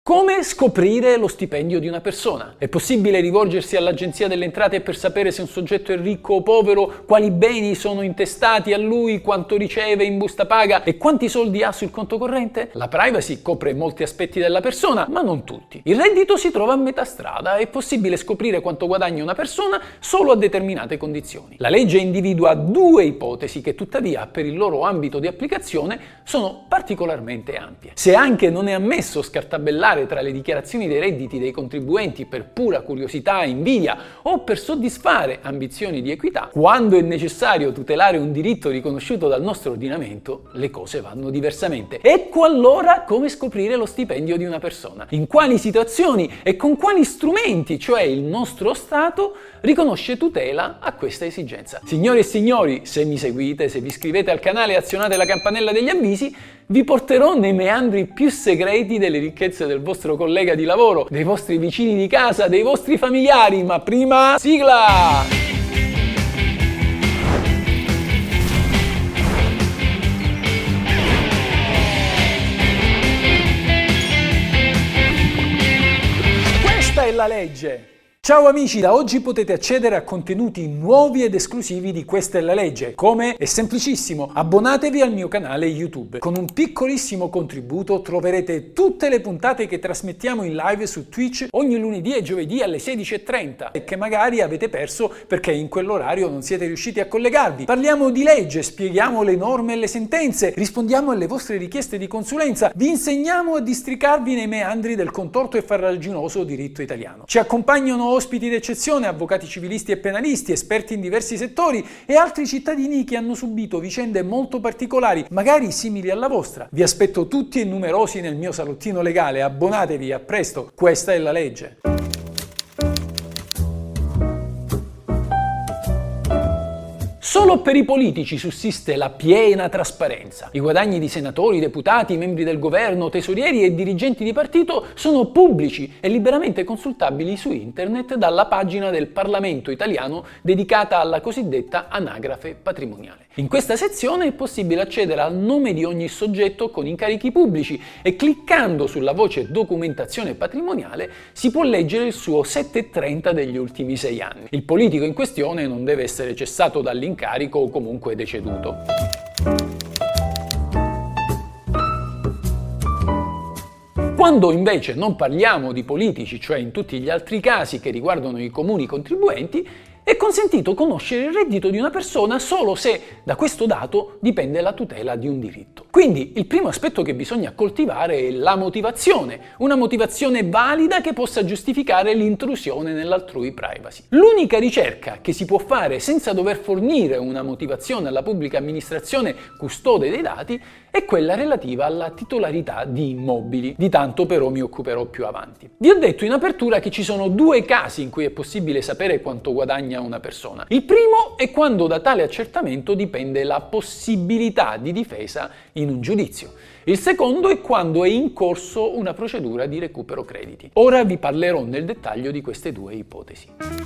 Come scoprire lo stipendio di una persona? È possibile rivolgersi all'Agenzia delle Entrate per sapere se un soggetto è ricco o povero, quali beni sono intestati a lui, quanto riceve in busta paga e quanti soldi ha sul conto corrente? La privacy copre molti aspetti della persona, ma non tutti. Il reddito si trova a metà strada, è possibile scoprire quanto guadagna una persona solo a determinate condizioni. La legge individua due ipotesi che tuttavia per il loro ambito di applicazione sono particolarmente ampie. Se anche non è ammesso scartabellare tra le dichiarazioni dei redditi dei contribuenti per pura curiosità, invidia o per soddisfare ambizioni di equità, quando è necessario tutelare un diritto riconosciuto dal nostro ordinamento, le cose vanno diversamente. Ecco allora come scoprire lo stipendio di una persona, in quali situazioni e con quali strumenti, cioè il nostro Stato, riconosce tutela a questa esigenza. Signore e signori, se mi seguite, se vi iscrivete al canale e azionate la campanella degli avvisi, vi porterò nei meandri più segreti delle ricchezze del vostro collega di lavoro, dei vostri vicini di casa, dei vostri familiari, ma prima sigla! Questa è la legge! Ciao amici, da oggi potete accedere a contenuti nuovi ed esclusivi di Questa è la legge. Come? È semplicissimo, abbonatevi al mio canale YouTube. Con un piccolissimo contributo troverete tutte le puntate che trasmettiamo in live su Twitch ogni lunedì e giovedì alle 16:30 e che magari avete perso perché in quell'orario non siete riusciti a collegarvi. Parliamo di legge, spieghiamo le norme e le sentenze, rispondiamo alle vostre richieste di consulenza, vi insegniamo a districarvi nei meandri del contorto e farraginoso diritto italiano. Ci accompagnano ospiti d'eccezione, avvocati civilisti e penalisti, esperti in diversi settori e altri cittadini che hanno subito vicende molto particolari, magari simili alla vostra. Vi aspetto tutti e numerosi nel mio salottino legale, abbonatevi, a presto, questa è la legge. Solo per i politici sussiste la piena trasparenza. I guadagni di senatori, deputati, membri del governo, tesorieri e dirigenti di partito sono pubblici e liberamente consultabili su internet dalla pagina del Parlamento italiano dedicata alla cosiddetta anagrafe patrimoniale. In questa sezione è possibile accedere al nome di ogni soggetto con incarichi pubblici e cliccando sulla voce documentazione patrimoniale si può leggere il suo 730 degli ultimi 6 anni. Il politico in questione non deve essere cessato dall'incarico o comunque deceduto. Quando invece non parliamo di politici, cioè in tutti gli altri casi che riguardano i comuni contribuenti, è consentito conoscere il reddito di una persona solo se da questo dato dipende la tutela di un diritto. Quindi il primo aspetto che bisogna coltivare è la motivazione, una motivazione valida che possa giustificare l'intrusione nell'altrui privacy. L'unica ricerca che si può fare senza dover fornire una motivazione alla pubblica amministrazione custode dei dati è quella relativa alla titolarità di immobili. Di tanto però mi occuperò più avanti. Vi ho detto in apertura che ci sono due casi in cui è possibile sapere quanto guadagna una persona. Il primo è quando da tale accertamento dipende la possibilità di difesa in un giudizio. Il secondo è quando è in corso una procedura di recupero crediti. Ora vi parlerò nel dettaglio di queste due ipotesi.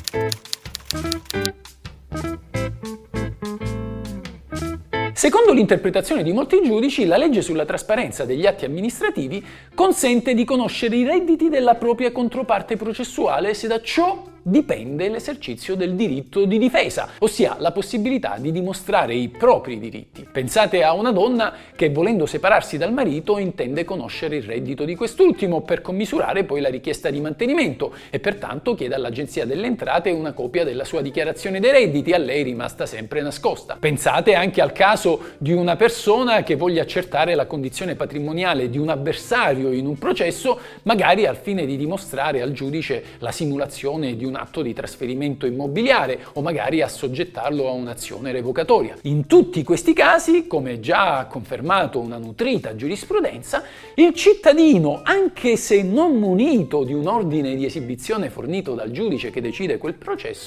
Secondo l'interpretazione di molti giudici, la legge sulla trasparenza degli atti amministrativi consente di conoscere i redditi della propria controparte processuale se da ciò dipende l'esercizio del diritto di difesa, ossia la possibilità di dimostrare i propri diritti. Pensate a una donna che, volendo separarsi dal marito, intende conoscere il reddito di quest'ultimo per commisurare poi la richiesta di mantenimento e pertanto chiede all'Agenzia delle Entrate una copia della sua dichiarazione dei redditi, a lei rimasta sempre nascosta. Pensate anche al caso di una persona che voglia accertare la condizione patrimoniale di un avversario in un processo, magari al fine di dimostrare al giudice la simulazione di un atto di trasferimento immobiliare o magari assoggettarlo a un'azione revocatoria. In tutti questi casi, come già ha confermato una nutrita giurisprudenza, il cittadino, anche se non munito di un ordine di esibizione fornito dal giudice che decide quel processo,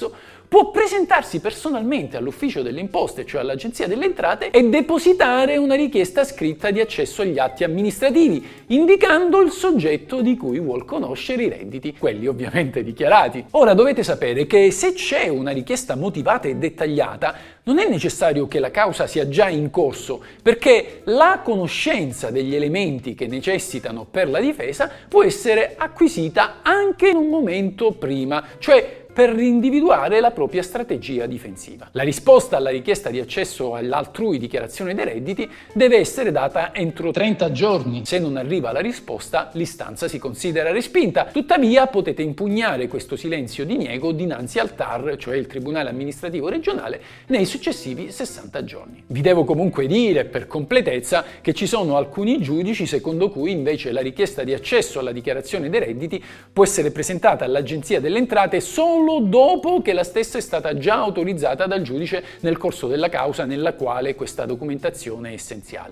può presentarsi personalmente all'ufficio delle imposte, cioè all'Agenzia delle Entrate, e depositare una richiesta scritta di accesso agli atti amministrativi, indicando il soggetto di cui vuol conoscere i redditi, quelli ovviamente dichiarati. Ora dovete sapere che se c'è una richiesta motivata e dettagliata, non è necessario che la causa sia già in corso, perché la conoscenza degli elementi che necessitano per la difesa può essere acquisita anche in un momento prima, cioè per individuare la propria strategia difensiva. La risposta alla richiesta di accesso all'altrui dichiarazione dei redditi deve essere data entro 30 giorni. Se non arriva la risposta, l'istanza si considera respinta. Tuttavia potete impugnare questo silenzio diniego dinanzi al TAR, cioè il Tribunale Amministrativo Regionale, nei successivi 60 giorni. Vi devo comunque dire, per completezza, che ci sono alcuni giudici secondo cui invece la richiesta di accesso alla dichiarazione dei redditi può essere presentata all'Agenzia delle Entrate solo dopo che la stessa è stata già autorizzata dal giudice nel corso della causa nella quale questa documentazione è essenziale.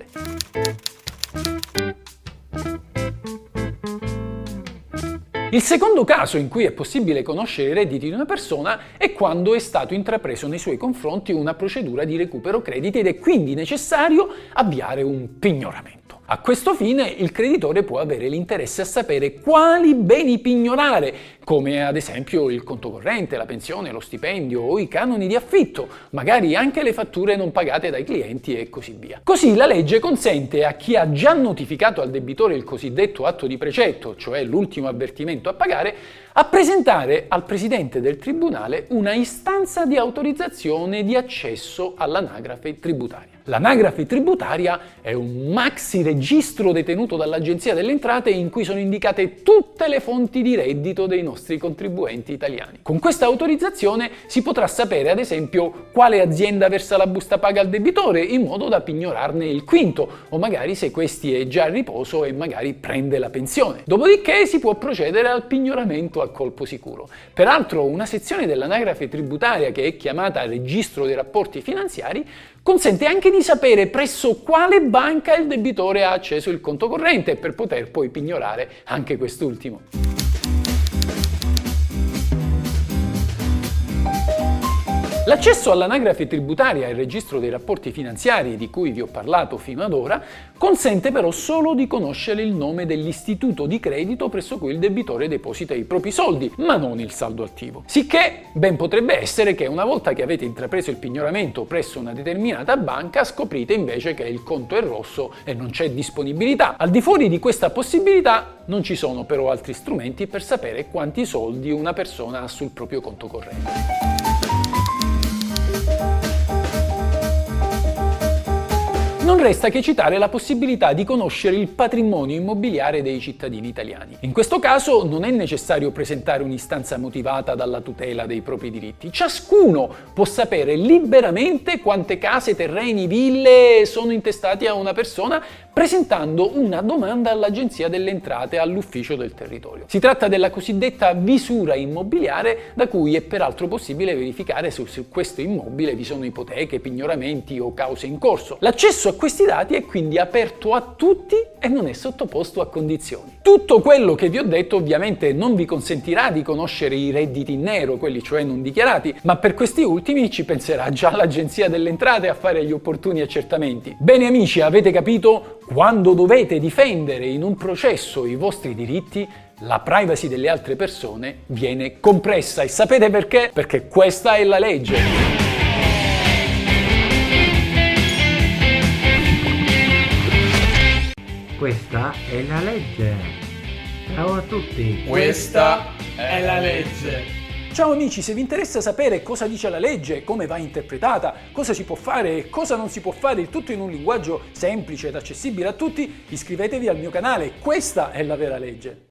Il secondo caso in cui è possibile conoscere i redditi di una persona è quando è stato intrapreso nei suoi confronti una procedura di recupero crediti ed è quindi necessario avviare un pignoramento. A questo fine il creditore può avere l'interesse a sapere quali beni pignorare, come ad esempio il conto corrente, la pensione, lo stipendio o i canoni di affitto, magari anche le fatture non pagate dai clienti e così via. Così la legge consente a chi ha già notificato al debitore il cosiddetto atto di precetto, cioè l'ultimo avvertimento a pagare, a presentare al presidente del tribunale una istanza di autorizzazione di accesso all'anagrafe tributaria. L'anagrafe tributaria è un maxi registro detenuto dall'Agenzia delle Entrate in cui sono indicate tutte le fonti di reddito dei nostri contribuenti italiani. Con questa autorizzazione si potrà sapere, ad esempio, quale azienda versa la busta paga al debitore in modo da pignorarne il quinto, o magari se questi è già a riposo e magari prende la pensione. Dopodiché si può procedere al pignoramento a colpo sicuro. Peraltro una sezione dell'anagrafe tributaria che è chiamata Registro dei rapporti finanziari consente anche di sapere presso quale banca il debitore ha acceso il conto corrente per poter poi pignorare anche quest'ultimo. L'accesso all'anagrafe tributaria e al registro dei rapporti finanziari di cui vi ho parlato fino ad ora consente però solo di conoscere il nome dell'istituto di credito presso cui il debitore deposita i propri soldi, ma non il saldo attivo. Sicché ben potrebbe essere che una volta che avete intrapreso il pignoramento presso una determinata banca scoprite invece che il conto è rosso e non c'è disponibilità. Al di fuori di questa possibilità non ci sono però altri strumenti per sapere quanti soldi una persona ha sul proprio conto corrente. Non resta che citare la possibilità di conoscere il patrimonio immobiliare dei cittadini italiani. In questo caso non è necessario presentare un'istanza motivata dalla tutela dei propri diritti. Ciascuno può sapere liberamente quante case, terreni, ville sono intestati a una persona presentando una domanda all'Agenzia delle Entrate all'Ufficio del Territorio. Si tratta della cosiddetta visura immobiliare, da cui è peraltro possibile verificare se su questo immobile vi sono ipoteche, pignoramenti o cause in corso. L'accesso a questi dati è quindi aperto a tutti e non è sottoposto a condizioni. Tutto quello che vi ho detto ovviamente non vi consentirà di conoscere i redditi in nero, quelli cioè non dichiarati, ma per questi ultimi ci penserà già l'Agenzia delle Entrate a fare gli opportuni accertamenti. Bene amici, avete capito? Quando dovete difendere in un processo i vostri diritti, la privacy delle altre persone viene compressa. E sapete perché? Perché questa è la legge. Questa è la legge. Ciao a tutti. Questa è la legge. Ciao amici, se vi interessa sapere cosa dice la legge, come va interpretata, cosa si può fare e cosa non si può fare, il tutto in un linguaggio semplice ed accessibile a tutti, iscrivetevi al mio canale. Questa è la vera legge.